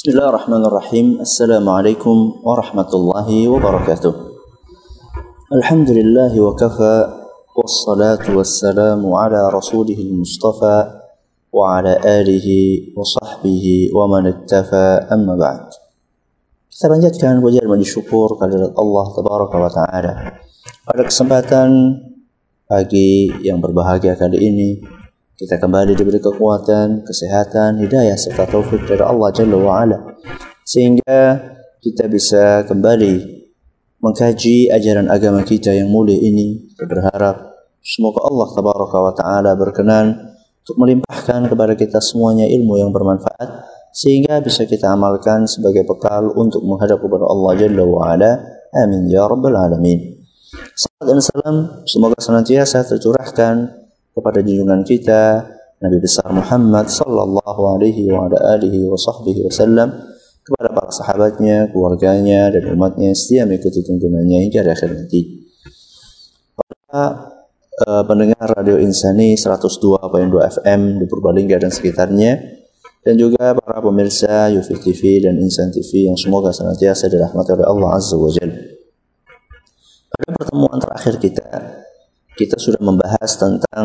Bismillahirrahmanirrahim. Assalamualaikum warahmatullahi wabarakatuh. Alhamdulillahi wa kafa, wassalatu wassalamu ala rasulihil mustafa wa ala alihi wa sahbihi wa man ittafa, amma ba'd. Kita lanjutkan pujian dan syukur kehadirat Allah tabaraka wa ta'ala. Pada kesempatan pagi yang berbahagia kali ini, kita kembali diberi kekuatan, kesehatan, hidayah serta taufik dari Allah Jalla wa'ala, sehingga kita bisa kembali mengkaji ajaran agama kita yang mulia ini. Kita berharap semoga Allah Tabaraka wa Ta'ala berkenan untuk melimpahkan kepada kita semuanya ilmu yang bermanfaat, sehingga bisa kita amalkan sebagai bekal untuk menghadap kepada Allah Jalla wa'ala. Amin ya rabbal alamin. Salam dan salam semoga senantiasa tercurahkan kepada junjungan kita Nabi besar Muhammad sallallahu alaihi wa ala alihi wa sahbihi wasallam, kepada para sahabatnya, keluarganya dan umatnya setia mengikuti tuntunannya hingga akhir nanti. Para pendengar Radio Insani 102.2 FM di Purbalingga dan sekitarnya, dan juga para pemirsa Yufi TV dan Insan TV yang semoga senantiasa dirahmati oleh Allah Azza wa Jalla. Pada pertemuan terakhir kita sudah membahas tentang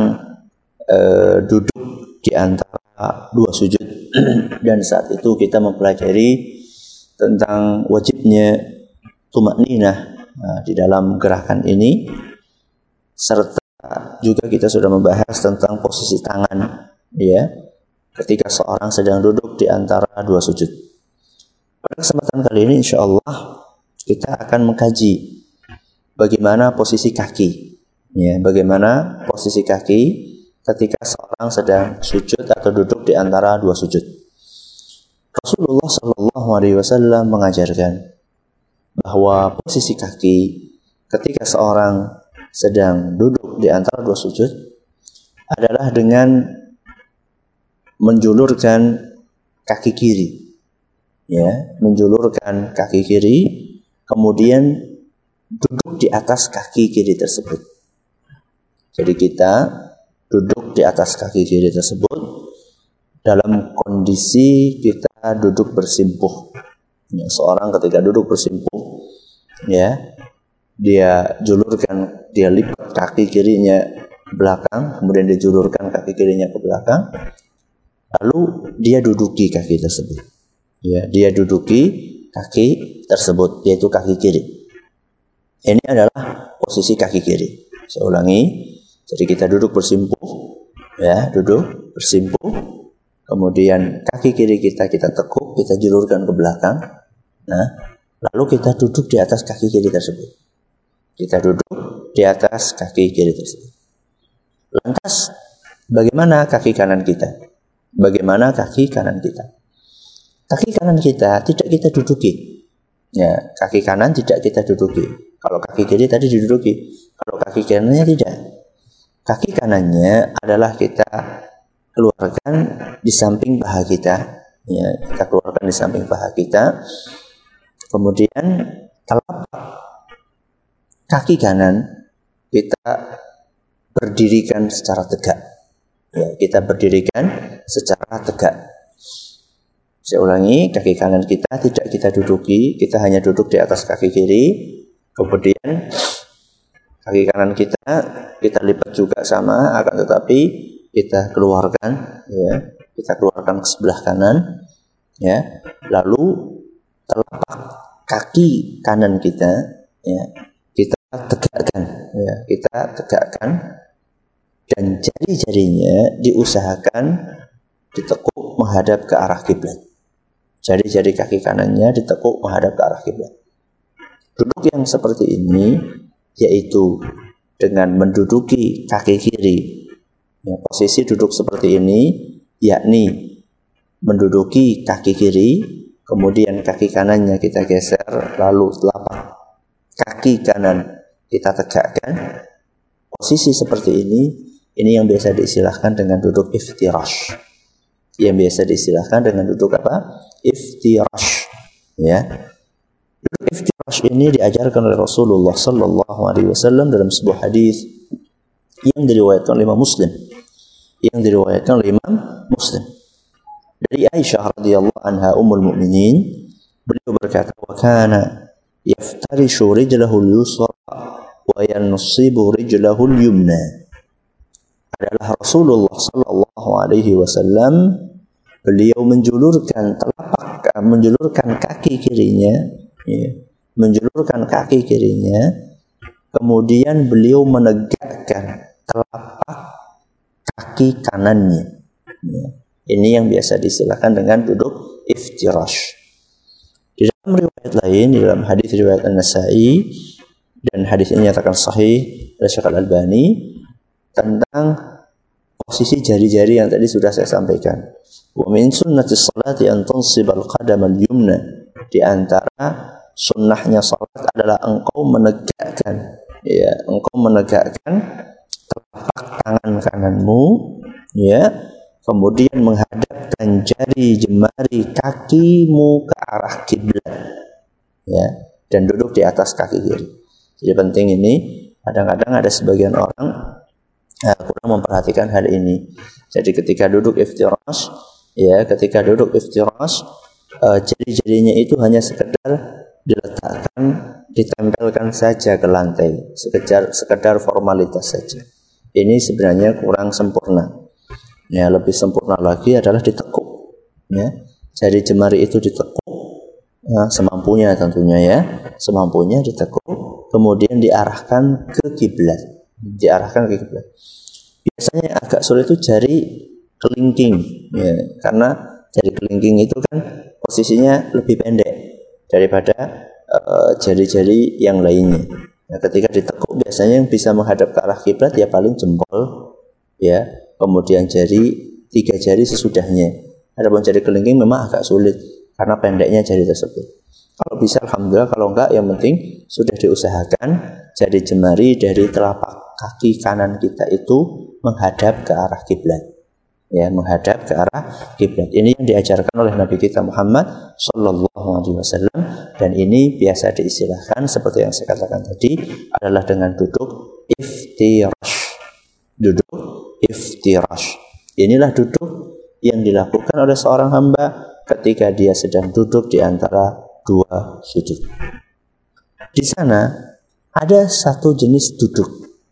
duduk di antara dua sujud dan saat itu kita mempelajari tentang wajibnya tumakninah di dalam gerakan ini, serta juga kita sudah membahas tentang posisi tangan ya ketika seorang sedang duduk di antara dua sujud. Pada kesempatan kali ini insyaallah kita akan mengkaji bagaimana posisi kaki. Ya, bagaimana posisi kaki ketika seorang sedang sujud atau duduk di antara dua sujud. Rasulullah Shallallahu Alaihi Wasallam mengajarkan bahwa posisi kaki ketika seorang sedang duduk di antara dua sujud adalah dengan menjulurkan kaki kiri, ya, menjulurkan kaki kiri, kemudian duduk di atas kaki kiri tersebut. Jadi kita duduk di atas kaki kiri tersebut dalam kondisi kita duduk bersimpuh. Ya, seorang ketika duduk bersimpuh, ya, dia lipat kaki kirinya ke belakang, kemudian dia julurkan kaki kirinya ke belakang, lalu dia duduki kaki tersebut. Ya, dia duduki kaki tersebut, yaitu kaki kiri. Ini adalah posisi kaki kiri. Saya ulangi. Jadi kita duduk bersimpuh, ya, duduk bersimpuh. Kemudian kaki kiri kita tekuk, kita julurkan ke belakang. Nah, lalu kita duduk di atas kaki kiri tersebut. Kita duduk di atas kaki kiri tersebut. Lantas, bagaimana kaki kanan kita? Bagaimana kaki kanan kita? Kaki kanan kita tidak kita duduki. Ya, kaki kanan tidak kita duduki. Kalau kaki kiri tadi diduduki, kalau kaki kanannya tidak. Kaki kanannya adalah kita keluarkan di samping paha kita, ya, kita keluarkan di samping paha kita. Kemudian telapak kaki kanan kita berdirikan secara tegak, ya, kita berdirikan secara tegak. Saya ulangi, kaki kanan kita tidak kita duduki, kita hanya duduk di atas kaki kiri. Kemudian kaki kanan kita lipat juga sama, akan tetapi kita keluarkan, ya, kita keluarkan ke sebelah kanan, ya. Lalu telapak kaki kanan kita, ya, kita tegakkan, ya, kita tegakkan, dan jari-jarinya diusahakan ditekuk menghadap ke arah kiblat. Jari-jari kaki kanannya ditekuk menghadap ke arah kiblat. Duduk yang seperti ini yaitu dengan menduduki kaki kiri. Ya, posisi duduk seperti ini yakni menduduki kaki kiri, kemudian kaki kanannya kita geser, lalu telapak kaki kanan kita tegakkan. Posisi seperti ini yang biasa diistilahkan dengan duduk iftirash. Yang biasa diistilahkan dengan duduk apa? Iftirash. Ya. Duduk iftirash ini diajarkan oleh Rasulullah Sallallahu Alaihi Wasallam dalam sebuah hadis yang diriwayatkan oleh Imam Muslim. Dari Aisyah radhiyallahu anha ummul mukminin, beliau berkata, "Wa kana yaftarishu rijlahu al-yusra wa yansibu rijlahu al-yumna." Adalah Rasulullah sallallahu alaihi wasallam, beliau menjulurkan kaki kirinya, ya, menjulurkan kaki kirinya, kemudian beliau menegakkan telapak kaki kanannya. Ya. Ini yang biasa distilahkan dengan duduk iftirash. Di dalam riwayat lain, di dalam hadis riwayat An-Nasa'i, dan hadis ini nyatakan sahih oleh Syekh Al-Albani, tentang posisi jari-jari yang tadi sudah saya sampaikan. Wa min sunnatis salati an tansibal qadam al-yumna. Di antara sunnahnya salat adalah engkau menegakkan telapak tangan kananmu, ya, kemudian menghadapkan jari jemari kakimu ke arah kiblat, ya, dan duduk di atas kaki kiri. Jadi penting ini. Kadang-kadang ada sebagian orang kurang memperhatikan hal ini. Jadi ketika duduk iftirash, jari-jarinya itu hanya sekedar diletakkan, ditempelkan saja ke lantai, sekedar formalitas saja. Ini sebenarnya kurang sempurna. Ya, lebih sempurna lagi adalah ditekuk. Ya, jari jemari itu ditekuk, semampunya tentunya, ya, semampunya ditekuk, kemudian diarahkan ke kiblat. Biasanya agak sulit itu jari kelingking, ya, karena jari kelingking itu kan posisinya lebih pendek daripada jari-jari yang lainnya. Nah, ketika ditekuk biasanya yang bisa menghadap ke arah kiblat ya paling jempol, ya, kemudian tiga jari sesudahnya. Adapun jari kelingking memang agak sulit karena pendeknya jari tersebut. Kalau bisa alhamdulillah, kalau enggak yang penting sudah diusahakan jari jemari dari telapak kaki kanan kita itu menghadap ke arah kiblat. Ya, menghadap ke arah kiblat. Ini yang diajarkan oleh Nabi kita Muhammad sallallahu alaihi wasallam, dan ini biasa diistilahkan seperti yang saya katakan tadi adalah dengan duduk iftirash. Inilah duduk yang dilakukan oleh seorang hamba ketika dia sedang duduk di antara dua sujud. Di sana ada satu jenis duduk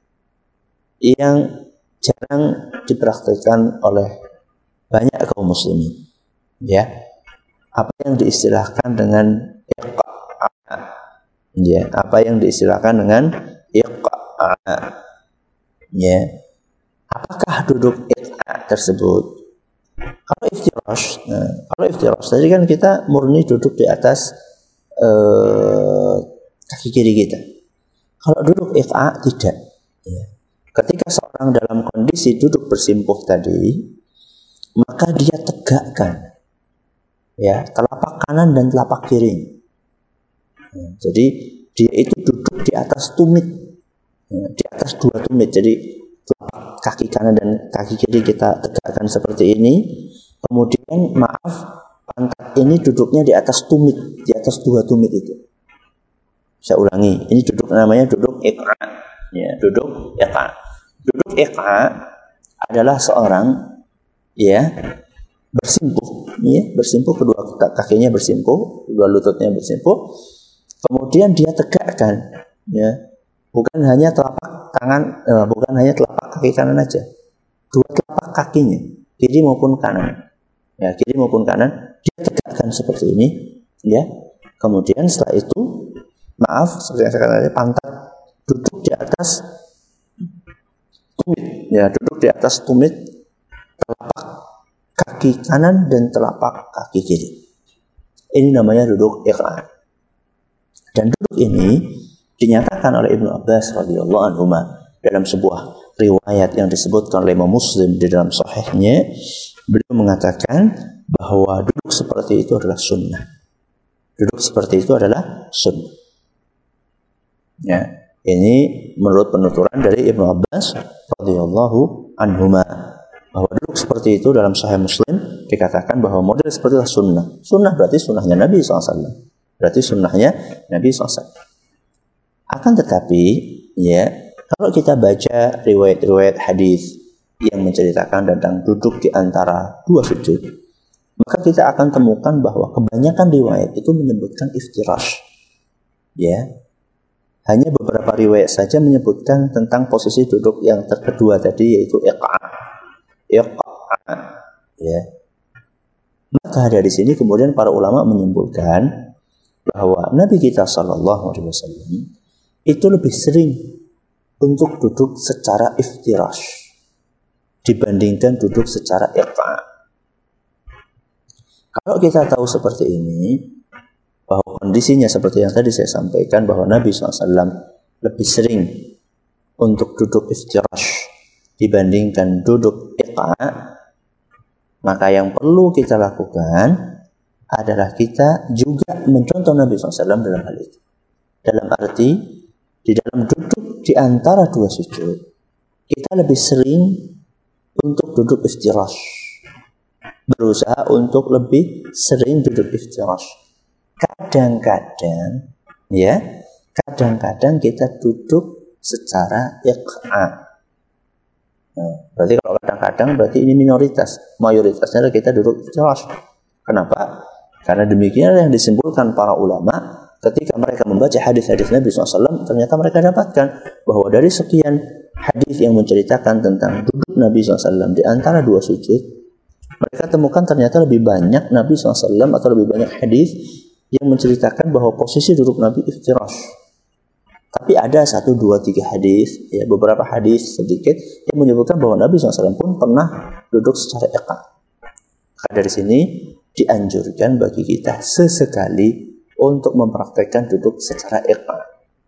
yang jarang dipraktikkan oleh banyak kaum muslimin, ya, apa yang diistilahkan dengan iqa'a, ya, ya. Apakah duduk iqa'a tersebut? Kalau iftirash tadi kan kita murni duduk di atas kaki kiri kita. Kalau duduk iqa'a tidak, ya. Ketika seorang dalam kondisi duduk bersimpuh tadi, maka dia tegakkan, ya, telapak kanan dan telapak kiri. Ya, jadi dia itu duduk di atas tumit, ya, di atas dua tumit. Jadi telapak kaki kanan dan kaki kiri kita tegakkan seperti ini. Kemudian pantat ini duduknya di atas tumit, di atas dua tumit itu. Saya ulangi, ini namanya duduk iqa'a. Ya, duduk iqa'a. Duduk iqa'a adalah seorang, ya, bersimpuh, ya, bersimpuh, kedua kakinya bersimpuh, kedua lututnya bersimpuh, kemudian dia tegakkan, ya, bukan hanya telapak kaki kanan aja, dua telapak kakinya, kiri maupun kanan, ya, dia tegakkan seperti ini, ya. Kemudian setelah itu, seperti yang saya katakan tadi, pantat duduk di atas tumit, ya, duduk di atas tumit telapak kaki kanan dan telapak kaki kiri. Ini namanya duduk iqa'a. Dan duduk ini dinyatakan oleh Ibnu Abbas radhiyallahu anhu dalam sebuah riwayat yang disebutkan oleh Imam Muslim di dalam sahihnya. Beliau mengatakan bahwa duduk seperti itu adalah sunnah. Ya, ini menurut penuturan dari Ibnu Abbas radhiyallahu anhuma, bahwa duduk seperti itu dalam Sahih Muslim dikatakan bahwa model seperti itu sunnah. Sunnah berarti sunnahnya Nabi SAW. Akan tetapi, ya, kalau kita baca riwayat-riwayat hadis yang menceritakan tentang duduk di antara dua sujud, maka kita akan temukan bahwa kebanyakan riwayat itu menyebutkan iftirash. Ya. Hanya beberapa riwayat saja menyebutkan tentang posisi duduk yang kedua tadi, yaitu iqa'. Ya. Maka dari sini kemudian para ulama menyimpulkan bahwa Nabi kita sallallahu alaihi wasallam itu lebih sering untuk duduk secara iftirash dibandingkan duduk secara iqa'. Kalau kita tahu seperti ini, bahwa kondisinya seperti yang tadi saya sampaikan, bahwa Nabi SAW lebih sering untuk duduk iftirash dibandingkan duduk iqa', maka yang perlu kita lakukan adalah kita juga mencontoh Nabi SAW dalam hal itu. Dalam arti, di dalam duduk di antara dua sujud, kita lebih sering untuk duduk iftirash, berusaha untuk lebih sering duduk iftirash. Kadang-kadang kita duduk secara iqa'. Berarti kalau kadang-kadang berarti ini minoritas. Mayoritasnya adalah kita duduk iftirash. Kenapa? Karena demikian yang disimpulkan para ulama ketika mereka membaca hadis-hadis Nabi SAW, ternyata mereka dapatkan bahwa dari sekian hadis yang menceritakan tentang duduk Nabi SAW di antara dua sujud, mereka temukan ternyata lebih banyak Nabi SAW atau lebih banyak hadis yang menceritakan bahwa posisi duduk Nabi iftirash. Tapi ada 1, 2, 3 hadis, ya beberapa hadis sedikit yang menyebutkan bahwa Nabi SAW pun pernah duduk secara iqa'. Maka dari sini dianjurkan bagi kita sesekali untuk mempraktekkan duduk secara iqa'.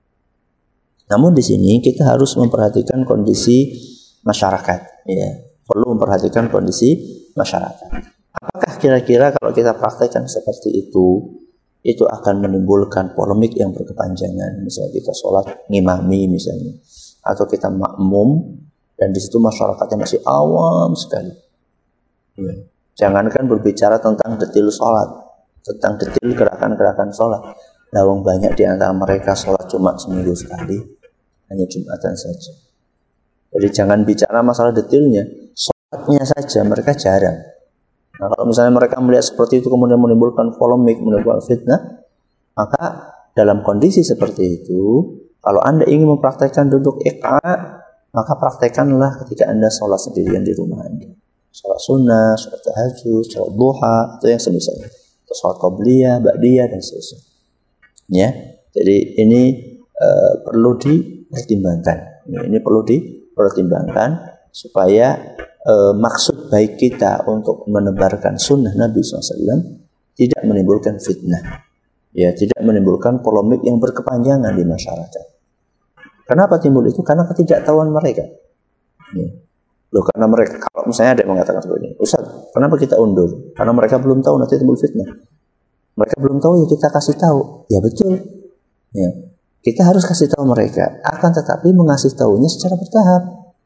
Namun di sini kita harus memperhatikan kondisi masyarakat, ya. Perlu memperhatikan kondisi masyarakat. Apakah kira-kira kalau kita praktekkan seperti itu akan menimbulkan polemik yang berkepanjangan? Misalnya kita sholat ngimami misalnya, atau kita makmum dan di situ masyarakatnya masih awam sekali. Ya. Jangankan berbicara tentang detail sholat, tentang detail gerakan-gerakan sholat. Lawang banyak di antara mereka sholat cuma seminggu sekali, hanya Jumatan saja. Jadi jangan bicara masalah detailnya, sholatnya saja mereka jarang. Nah, kalau misalnya mereka melihat seperti itu kemudian menimbulkan polemik, menimbulkan fitnah, maka dalam kondisi seperti itu, kalau Anda ingin mempraktekkan duduk iqa', maka praktekkanlah ketika Anda sholat sendirian di rumah Anda. Sholat sunnah, sholat tahajud, sholat duha, atau yang semisalnya. Atau sholat qabliyah, ba'diyah, dan seterusnya. Ya, jadi ini perlu dipertimbangkan. Ini perlu dipertimbangkan supaya maksud baik kita untuk menebarkan sunnah Nabi SAW tidak menimbulkan fitnah, ya, tidak menimbulkan polemik yang berkepanjangan di masyarakat. Kenapa timbul itu? Karena ketidaktahuan mereka. Ya. Loh, karena mereka, kalau misalnya ada yang mengatakan seperti ini, Ustaz, kenapa kita undur? Karena mereka belum tahu, nanti timbul fitnah. Mereka belum tahu, ya kita kasih tahu. Ya betul. Ya. Kita harus kasih tahu mereka, akan tetapi mengasih tahunya secara bertahap.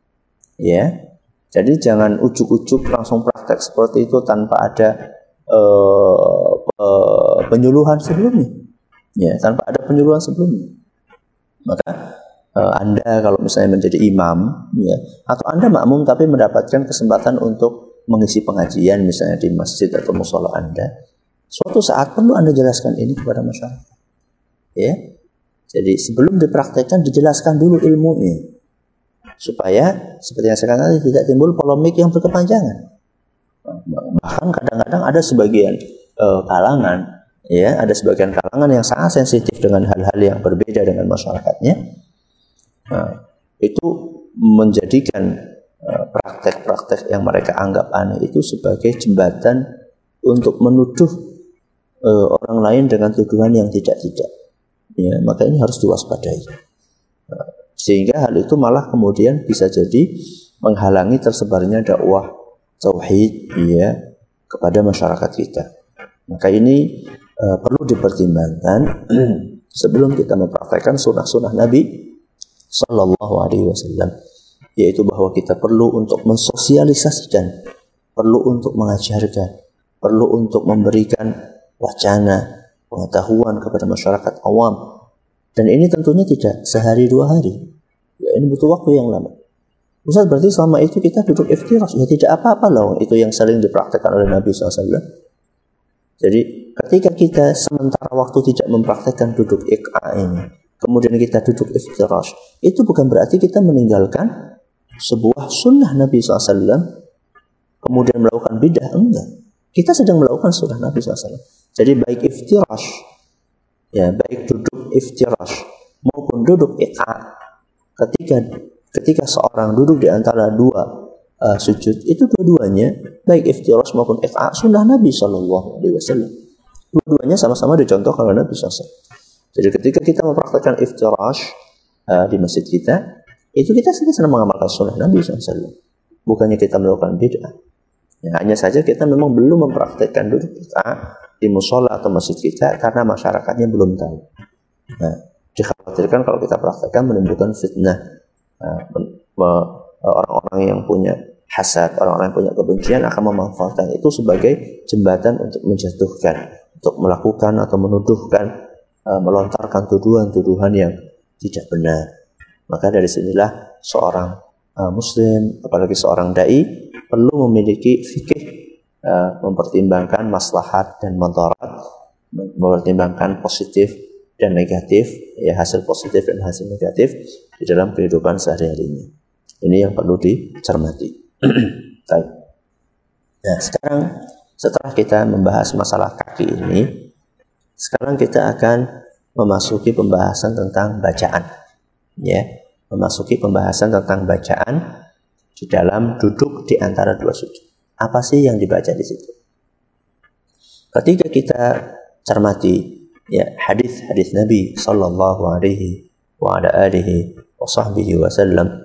Ya. Jadi jangan ujuk-ujuk langsung praktek seperti itu tanpa ada penyuluhan sebelumnya. Ya, tanpa ada penyuluhan sebelumnya. Maka Anda kalau misalnya menjadi imam, ya, atau Anda makmum tapi mendapatkan kesempatan untuk mengisi pengajian misalnya di masjid atau mushola Anda, suatu saat perlu Anda jelaskan ini kepada masyarakat. Ya. Jadi sebelum dipraktekkan dijelaskan dulu ilmunya. Supaya seperti yang saya katakan tadi tidak timbul polemik yang berkepanjangan. Bahkan kadang-kadang ada sebagian kalangan, ya, ada sebagian kalangan yang sangat sensitif dengan hal-hal yang berbeda dengan masyarakatnya. Itu menjadikan praktek-praktek yang mereka anggap aneh itu sebagai jembatan untuk menuduh orang lain dengan tuduhan yang tidak-tidak. Ya, maka ini harus diwaspadai. Sehingga hal itu malah kemudian bisa jadi menghalangi tersebarnya dakwah tauhid, ya, kepada masyarakat kita. Maka ini perlu dipertimbangkan sebelum kita mempraktekkan sunnah-sunnah Nabi Sallallahu Alaihi Wasallam, yaitu bahwa kita perlu untuk mensosialisasikan, perlu untuk mengajarkan, perlu untuk memberikan wacana, pengetahuan kepada masyarakat awam. Dan ini tentunya tidak sehari 2 hari. Ya, ini butuh waktu yang lama. Ustaz, berarti selama itu kita duduk iftirash? Ya tidak apa-apa loh, itu yang sering dipraktekkan oleh Nabi SAW. Jadi ketika kita sementara waktu tidak mempraktekkan duduk iqa ini, kemudian kita duduk iftirash, itu bukan berarti kita meninggalkan sebuah sunnah Nabi SAW, kemudian melakukan bidah, enggak. Kita sedang melakukan sunnah Nabi SAW. Jadi baik iftirash, ya baik duduk iftirash maupun duduk iqa, ketika seorang duduk di antara dua sujud, itu dua-duanya baik iftirash maupun iqa sunnah Nabi SAW. Dua-duanya sama-sama dicontohkan oleh Nabi SAW. Jadi ketika kita mempraktikkan iftirash di masjid kita, itu kita sedang mengamalkan sunnah Nabi SAW. Bukannya kita melakukan bid'ah. Ya, hanya saja kita memang belum mempraktikkan duduk kita di musola atau masjid kita karena masyarakatnya belum tahu. Nah, dikhawatirkan kalau kita praktikkan menimbulkan fitnah. Orang-orang yang punya hasad, orang-orang yang punya kebencian akan memanfaatkan itu sebagai jembatan untuk menjatuhkan, untuk melakukan atau menuduhkan, melontarkan tuduhan-tuduhan yang tidak benar. Maka dari sinilah seorang muslim, apalagi seorang dai, perlu memiliki fikih, mempertimbangkan maslahat dan mudarat, mempertimbangkan positif dan negatif, ya hasil positif dan hasil negatif di dalam kehidupan sehari-harinya. Ini yang perlu dicermati. Baik. Nah, sekarang setelah kita membahas masalah kaki ini, sekarang kita akan memasuki pembahasan tentang bacaan. Ya, memasuki pembahasan tentang bacaan di dalam duduk di antara dua sujud. Apa sih yang dibaca di situ? Ketika kita cermati ya hadis-hadis Nabi sallallahu alaihi wa ala alihi wa sahbihi wasallam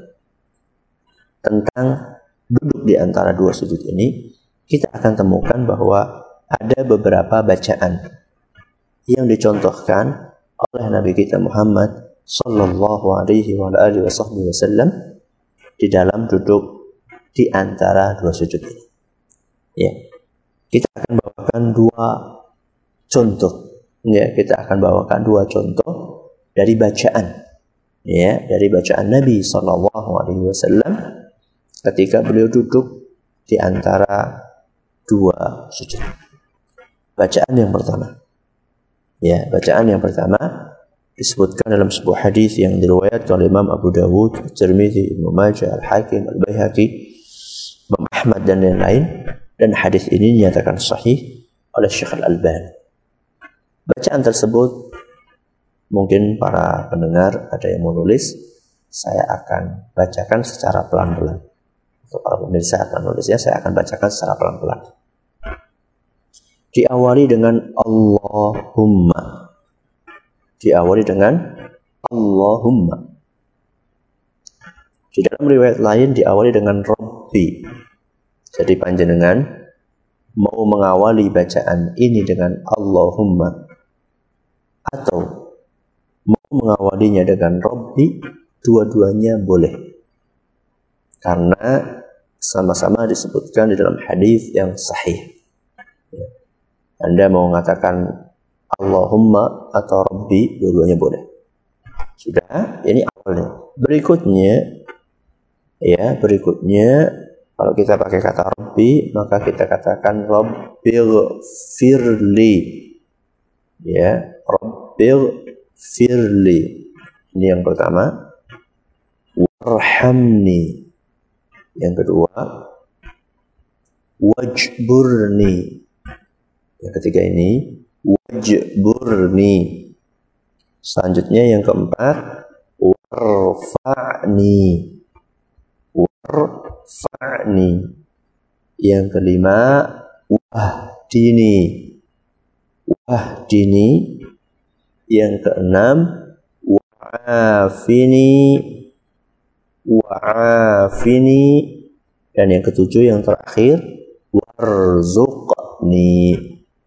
tentang duduk di antara dua sujud ini, kita akan temukan bahwa ada beberapa bacaan yang dicontohkan oleh Nabi kita Muhammad sallallahu alaihi wa ala alihi wa sahbihi wasallam di dalam duduk di antara dua sujud ini. Ya, kita akan bawakan dua contoh. Ya, kita akan bawakan dua contoh dari bacaan. Ya, dari bacaan Nabi sallallahu alaihi wasallam ketika beliau duduk di antara dua sujud. Bacaan yang pertama. Ya, bacaan yang pertama disebutkan dalam sebuah hadis yang diriwayatkan oleh Imam Abu Dawud, Tirmidzi, Ibnu Majah, Al-Hakim, Al-Baihaqi, Imam Ahmad dan lain-lain, dan hadis ini dinyatakan sahih oleh Syekh Al-Albani. Bacaan tersebut mungkin para pendengar ada yang menulis, saya akan bacakan secara pelan-pelan. Untuk para pemirsa akan menulisnya, saya akan bacakan secara pelan-pelan. Diawali dengan Allahumma. Diawali dengan Allahumma. Di dalam riwayat lain diawali dengan Rabbi. Jadi panjenengan mau mengawali bacaan ini dengan Allahumma atau mau mengawalinya dengan Rabbi, dua-duanya boleh. Karena sama-sama disebutkan di dalam hadis yang sahih. Anda mau mengatakan Allahumma atau Rabbi, dua-duanya boleh. Sudah, ini awalnya. Berikutnya kalau kita pakai kata Rabbi, maka kita katakan Rabbil firli. Ya, Rabbil firli. Ini yang pertama. Warhamni. Yang kedua, wajburni. Yang ketiga ini, wajburni. Selanjutnya yang keempat, warfa'ni. Warfa'ni. Yang kelima, wahdini. Wahdini. Yang keenam, wa'afini. Wa'afini. Dan yang ketujuh, yang terakhir, warzuqni.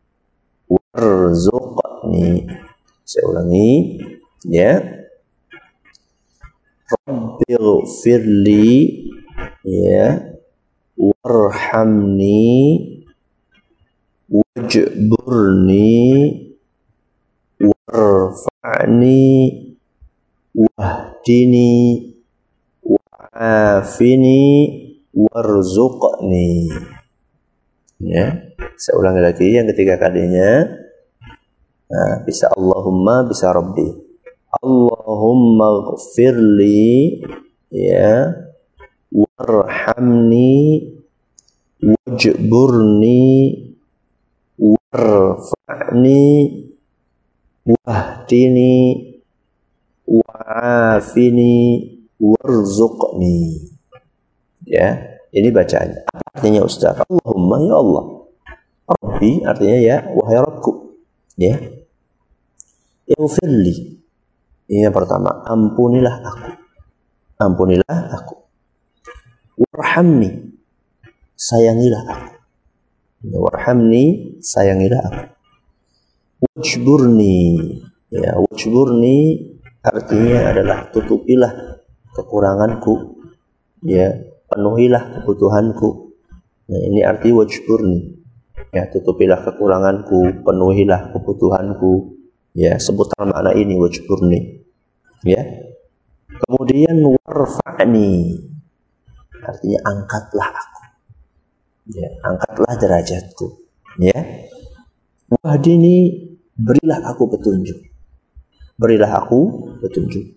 Warzuqni. Saya ulangi, ya. Rabbil firli, ya. Warhamni, wajburni, warfa'ni, wahdini, wa'afini, warzuqni. Ya, saya ulangi lagi yang ketiga kalinya. Nah, bisa Allahumma, bisa Rabbi. Allahumma ghfirli, ya, warhamni, wajburni, warfa'ni, wahdini, wa'afini, warzuqni. Ya, ini bacaannya. Apa artinya Ustaz? Allahumma, ya Allah. Rabbi artinya ya, wahai Rabbku. Ya. Ighfirli. Ini yang pertama, ampunilah aku. Ampunilah aku. Warhamni. Sayangilah aku. Warhamni, sayangilah aku. Wajburni. Ya, wajburni artinya adalah tutupilah kekuranganku. Ya, penuhilah kebutuhanku. Nah, ini arti wajburni. Ya, tutupilah kekuranganku, penuhilah kebutuhanku. Ya, seputar makna ini wajburni. Ya. Kemudian warfa'ni. Artinya angkatlah aku. Ya, angkatlah derajatku. Ya. Wahdini, berilah aku petunjuk. Berilah aku petunjuk.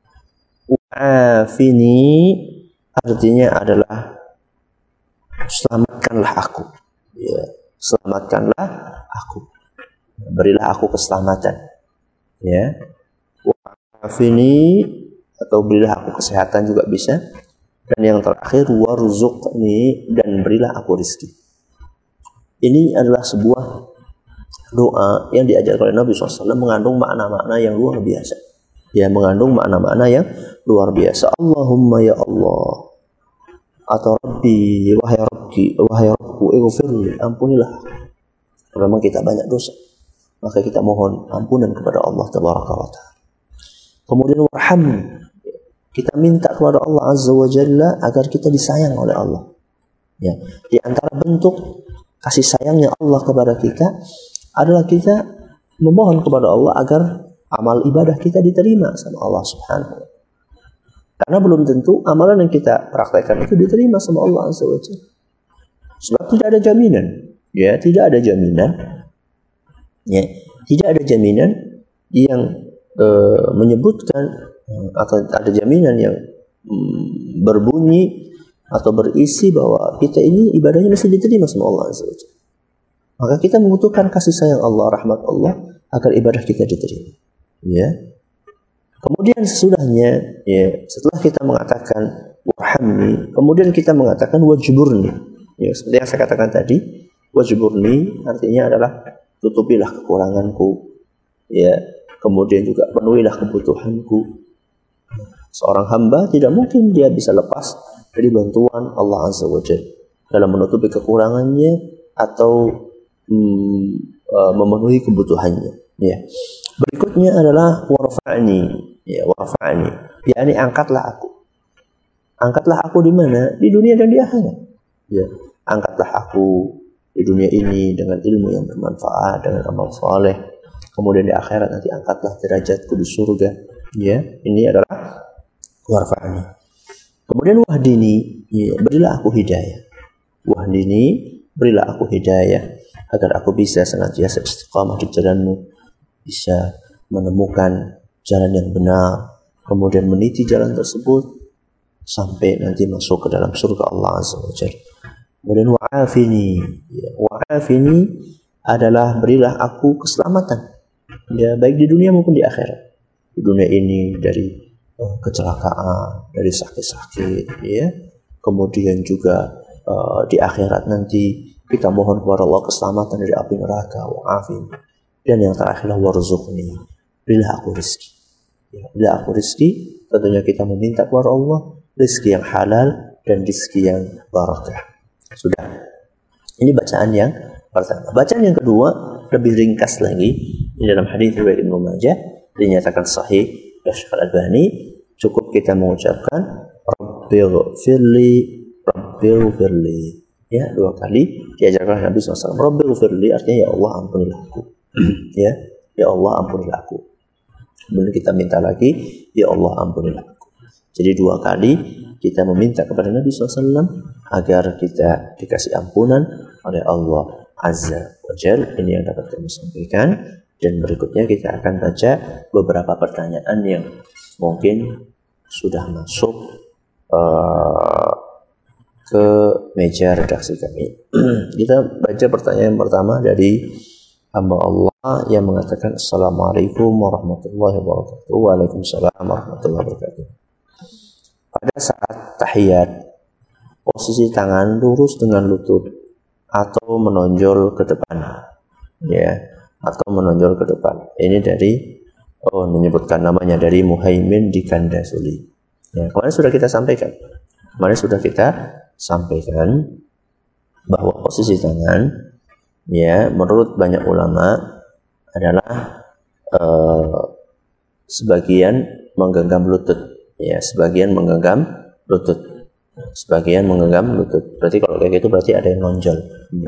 Wa'afini artinya adalah selamatkanlah aku. Ya, selamatkanlah aku. Berilah aku keselamatan. Ya. Wa'afini atau berilah aku kesehatan juga bisa. Dan yang terakhir warzuqni, dan berilah aku rezeki. Ini adalah sebuah doa yang diajarkan oleh Nabi SAW, mengandung makna-makna yang luar biasa. Ya, mengandung makna-makna yang luar biasa. Allahumma ya Allah, atau Rabbi, wahai Rabbi, wahai Rabbku, ighfirli, ampunilah. Memang kita banyak dosa, maka kita mohon ampunan kepada Allah Tabaraka wa Ta'ala. Kemudian warhamni, kita minta kepada Allah Azza wa Jalla agar kita disayang oleh Allah. Ya, di antara bentuk kasih sayangnya Allah kepada kita adalah kita memohon kepada Allah agar amal ibadah kita diterima sama Allah Subhanahu wa Ta'ala. Karena belum tentu amalan yang kita praktekkan itu diterima sama Allah Azza wa Jalla. Sebab tidak ada jaminan. Ya, tidak ada jaminan. Ya, tidak ada jaminan yang menyebutkan atau ada jaminan yang berbunyi atau berisi bahwa kita ini ibadahnya mesti diterima sama Allah Azza wa Jalla. Maka kita membutuhkan kasih sayang Allah, rahmat Allah agar ibadah kita diterima. Ya. Kemudian sesudahnya, ya, setelah kita mengatakan warhamni, kemudian kita mengatakan wajburni. Ya, seperti yang saya katakan tadi, wajburni artinya adalah tutupilah kekuranganku. Ya, kemudian juga penuhilah kebutuhanku. Seorang hamba tidak mungkin dia bisa lepas dari bantuan Allah Azza wa Jalla dalam menutupi kekurangannya atau memenuhi kebutuhannya. Ya. Berikutnya adalah warfa'ni. Ya, warfa'ni. yakni angkatlah aku. Angkatlah aku di mana? Di dunia dan di akhirat. Ya, angkatlah aku di dunia ini dengan ilmu yang bermanfaat, dengan amal saleh. Kemudian di akhirat nanti angkatlah derajatku di surga. Ya, ini adalah warfa'ni. Kemudian wahdini, ya, berilah aku hidayah. Wahdini, berilah aku hidayah agar aku bisa senantiasa istiqamah di jalanmu, bisa menemukan jalan yang benar, kemudian meniti jalan tersebut sampai nanti masuk ke dalam surga Allah Azza wa Jalla. Kemudian wa'afini, ya, wa'afini adalah berilah aku keselamatan, ya, baik di dunia maupun di akhirat. Di dunia ini dari kecelakaan, dari sakit-sakit, ya, kemudian juga di akhirat nanti kita mohon kepada Allah keselamatan dari api neraka, wa'afini. Dan yang terakhir warzuqni, berilah aku rezeki. Ya, berilah aku rezeki, tentunya kita meminta kepada Allah rezeki yang halal dan rezeki yang barakah. Sudah. Ini bacaan yang pertama. Bacaan yang kedua lebih ringkas lagi. Di dalam hadis riwayat Ibnu Majah dinyatakan sahih oleh Syekh Al-Albani, cukup kita mengucapkan Rabbighfirli, Rabbighfirli. Ya, 2 kali diajarkan Nabi SAW. Rabbighfirli artinya ya Allah ampunilah aku. Ya, ya Allah ampunilah aku. Kemudian kita minta lagi, ya Allah ampunilah aku. Jadi 2 kali kita meminta kepada Nabi SAW agar kita dikasih ampunan oleh Allah Azza wa Jalla. Ini yang dapat kami sampaikan. Dan berikutnya kita akan baca beberapa pertanyaan yang mungkin sudah masuk ke meja redaksi kami. Kita baca pertanyaan pertama dari hamba Allah yang mengatakan Assalamualaikum warahmatullahi wabarakatuh. Waalaikumsalam warahmatullahi wabarakatuh. Pada saat tahiyat, posisi tangan lurus dengan lutut atau menonjol ke depan, ya, atau menonjol ke depan. Ini dari menyebutkan namanya dari Muhaimin di Kandasuli. Ya, kemarin sudah kita sampaikan. Bahwa posisi tangan, ya, menurut banyak ulama adalah sebagian menggenggam lutut, ya, sebagian menggenggam lutut. Berarti kalau kayak gitu berarti ada yang nonjol.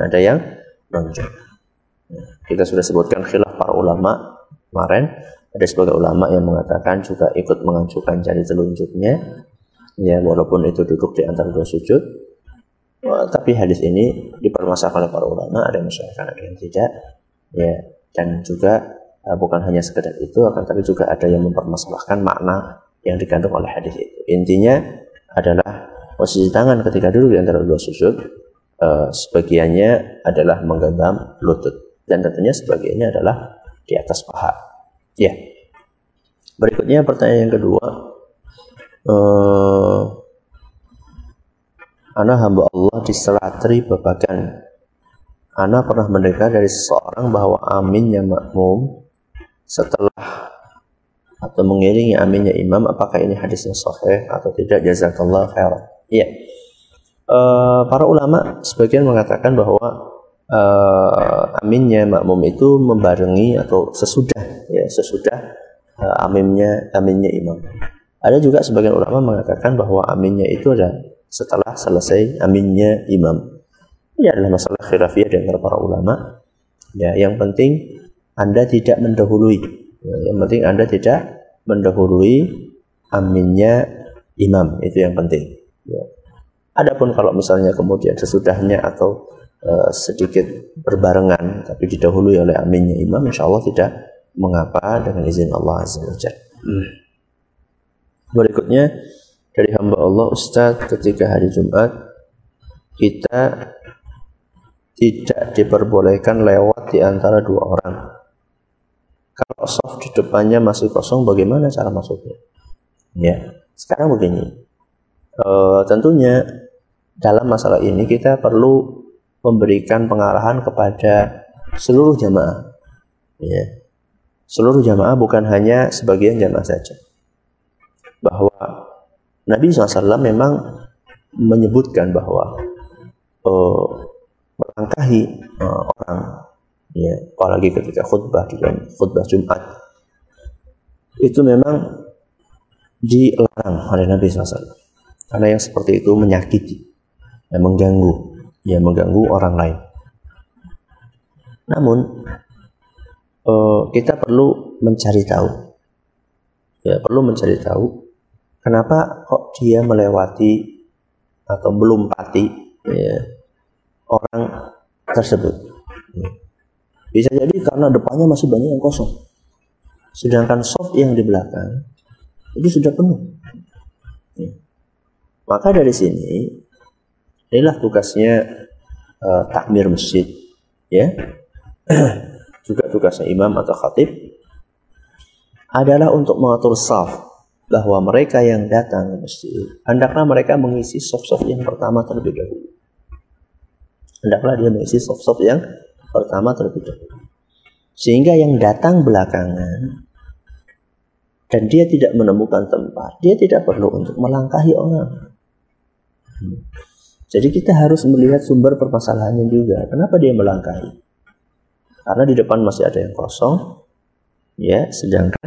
Kita sudah sebutkan khilaf para ulama kemarin. Ada sebagian ulama yang mengatakan juga ikut mengacukan jari telunjuknya, ya, walaupun itu duduk di antara dua sujud. Tapi hadis ini dipermasalahkan oleh para ulama, ada yang mensyariatkan, ada yang tidak, ya. Dan juga bukan hanya sekedar itu, akan tapi juga ada yang mempermasalahkan makna yang dikandung oleh hadis itu. Intinya adalah posisi tangan ketika duduk di antara dua sujud, sebagiannya adalah menggenggam lutut, dan tentunya sebagiannya adalah di atas paha. Ya. Berikutnya pertanyaan yang kedua. Ana hamba Allah di Selatri Babakan. Ana pernah mendengar dari seseorang bahwa aminnya makmum setelah atau mengiringi aminnya imam. Apakah ini hadisnya sahih atau tidak? Jazakallah khairan. Iya. Para ulama sebagian mengatakan bahwa aminnya makmum itu membarengi atau sesudah aminnya imam. Ada juga sebagian ulama mengatakan bahwa aminnya itu adalah setelah selesai aminnya imam. Ini adalah masalah khilafiyah di antara para ulama. Ya, yang penting Anda tidak mendahului. Aminnya imam, itu yang penting. Ya. Adapun kalau misalnya kemudian sesudahnya atau sedikit berbarengan tapi didahului oleh aminnya imam, insya Allah tidak mengapa dengan izin Allah Azza wa Jalla. Berikutnya dari hamba Allah, Ustaz, ketika hari Jumat kita tidak diperbolehkan lewat di antara dua orang. Kalau shaf di depannya masih kosong, bagaimana cara masuknya? Ya, sekarang begini. Tentunya dalam masalah ini kita perlu memberikan pengarahan kepada seluruh jamaah, ya. Seluruh jamaah, bukan hanya sebagian jamaah saja. Bahwa Nabi SAW memang menyebutkan bahwa melangkahi orang, ya, apalagi ketika khutbah di dalam khutbah Jumat, itu memang dilarang oleh Nabi SAW. Karena yang seperti itu menyakiti, mengganggu orang lain. Namun kita perlu mencari tahu, kenapa kok dia melewati atau melompati, ya, orang tersebut. Bisa jadi karena depannya masih banyak yang kosong, sedangkan shaf yang di belakang itu sudah penuh. Maka dari sini inilah tugasnya takmir masjid, ya. Juga tugasnya imam atau khatib adalah untuk mengatur shaf, bahwa mereka yang datang ke masjid hendaklah mereka mengisi shaf-shaf yang pertama terlebih dahulu. Sehingga yang datang belakangan dan dia tidak menemukan tempat, dia tidak perlu untuk melangkahi orang. Jadi kita harus melihat sumber permasalahannya juga. Kenapa dia melangkahi? Karena di depan masih ada yang kosong, ya, sedangkan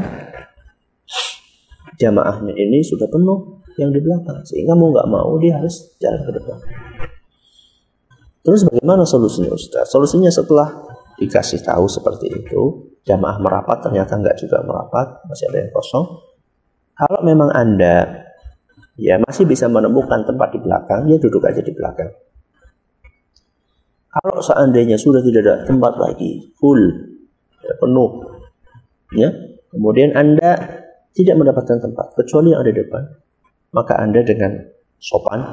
jamaahnya ini sudah penuh yang di belakang, sehingga mau nggak mau dia harus jalan ke depan. Terus bagaimana solusinya, Ustaz? Solusinya setelah dikasih tahu seperti itu, jamaah merapat, ternyata nggak juga merapat, masih ada yang kosong. Kalau memang Anda ya masih bisa menemukan tempat di belakang, ya duduk aja di belakang. Kalau seandainya sudah tidak ada tempat lagi, full, ya, penuh, ya, kemudian Anda tidak mendapatkan tempat kecuali yang ada di depan, maka Anda dengan sopan,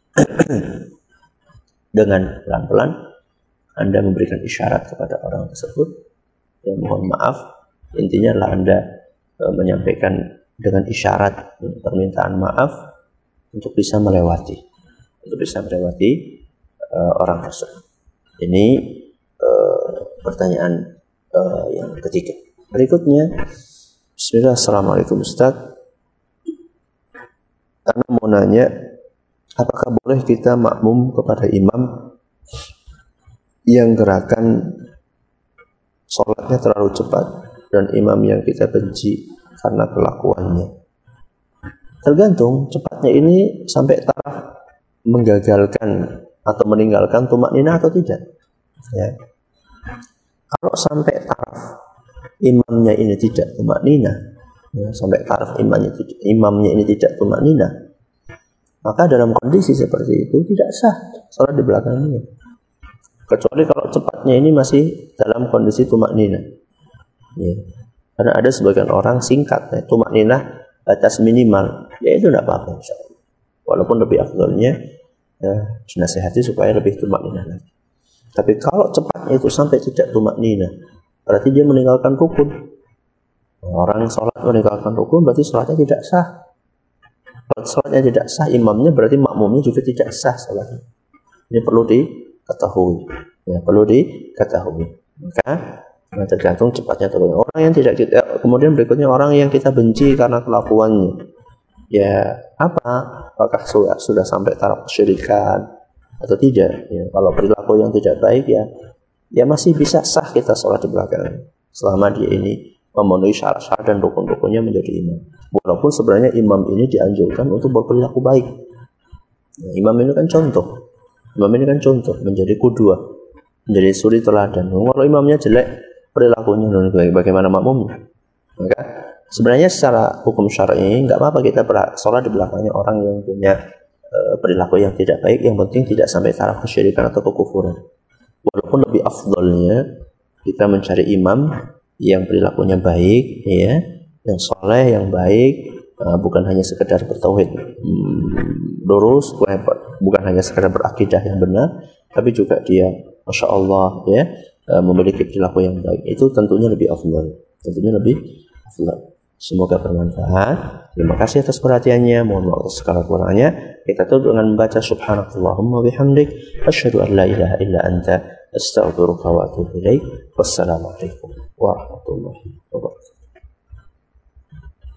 dengan pelan-pelan, Anda memberikan isyarat kepada orang tersebut, ya mohon maaf, intinya adalah Anda menyampaikan dengan isyarat permintaan maaf untuk bisa melewati orang tersebut. Ini pertanyaan yang ketiga. Berikutnya, Bismillah, Assalamualaikum Ustaz. Karena mau nanya, apakah boleh kita makmum kepada imam yang gerakan sholatnya terlalu cepat dan imam yang kita benci karena kelakuannya? Tergantung, cepatnya ini sampai taraf menggagalkan atau meninggalkan tumakninah atau tidak. Ya. Kalau sampai taraf imamnya ini tidak tumakninah, ya, sampai taraf imamnya ini tidak tumakninah, maka dalam kondisi seperti itu tidak sah sholat di belakangnya. Kecuali kalau cepatnya ini masih dalam kondisi tumakninah. Ya. Karena ada sebagian orang singkat, ya, tumakninah batas minimal, ya itu tidak apa-apa insyaallah. Walaupun lebih afdalnya ya, dinasihati supaya lebih tumakninah lagi. Tapi kalau cepatnya itu sampai tidak tumakninah, berarti dia meninggalkan rukun. Orang sholat meninggalkan rukun berarti sholatnya tidak sah. Kalau sholatnya tidak sah, imamnya berarti makmumnya juga tidak sah sholatnya. Ini perlu diketahui. Ya, perlu diketahui. Maka tergantung cepatnya turun. Orang yang tidak kita, kemudian berikutnya orang yang kita benci karena kelakuannya. Ya, apakah sudah sampai taraf kesyirikan atau tidak? Ya, kalau perilaku yang tidak baik ya masih bisa sah kita sholat di belakang selama dia ini memenuhi syarat-syarat dan rukun-rukunnya menjadi imam. Walaupun sebenarnya imam ini dianjurkan untuk berperilaku baik. Ya, imam ini kan contoh. Imam ini kan contoh, menjadi qudwah, menjadi suri teladan. Kalau imamnya jelek, perilakunya bagaimana makmumnya? Maka sebenarnya secara hukum syar'i nggak apa-apa kita sholat di belakangnya orang yang punya perilaku yang tidak baik, yang penting tidak sampai taraf kesyirikan atau kekufuran. Walaupun lebih afdalnya kita mencari imam yang perilakunya baik, ya, yang soleh, yang baik, bukan hanya sekedar bertauhid lurus, bukan hanya sekedar berakidah yang benar, tapi juga dia, masya Allah, ya, memiliki perilaku yang baik. Itu tentunya lebih afdal. Semoga bermanfaat. Terima kasih atas perhatiannya. Mohon maaf atas segala kurangnya. Kita tutup dengan membaca subhanakallahumma bihamdik, asyhadu an la ilaha illa anta, astaghfiruka wa atubu ilaik. Wassalamualaikum warahmatullahi wabarakatuh.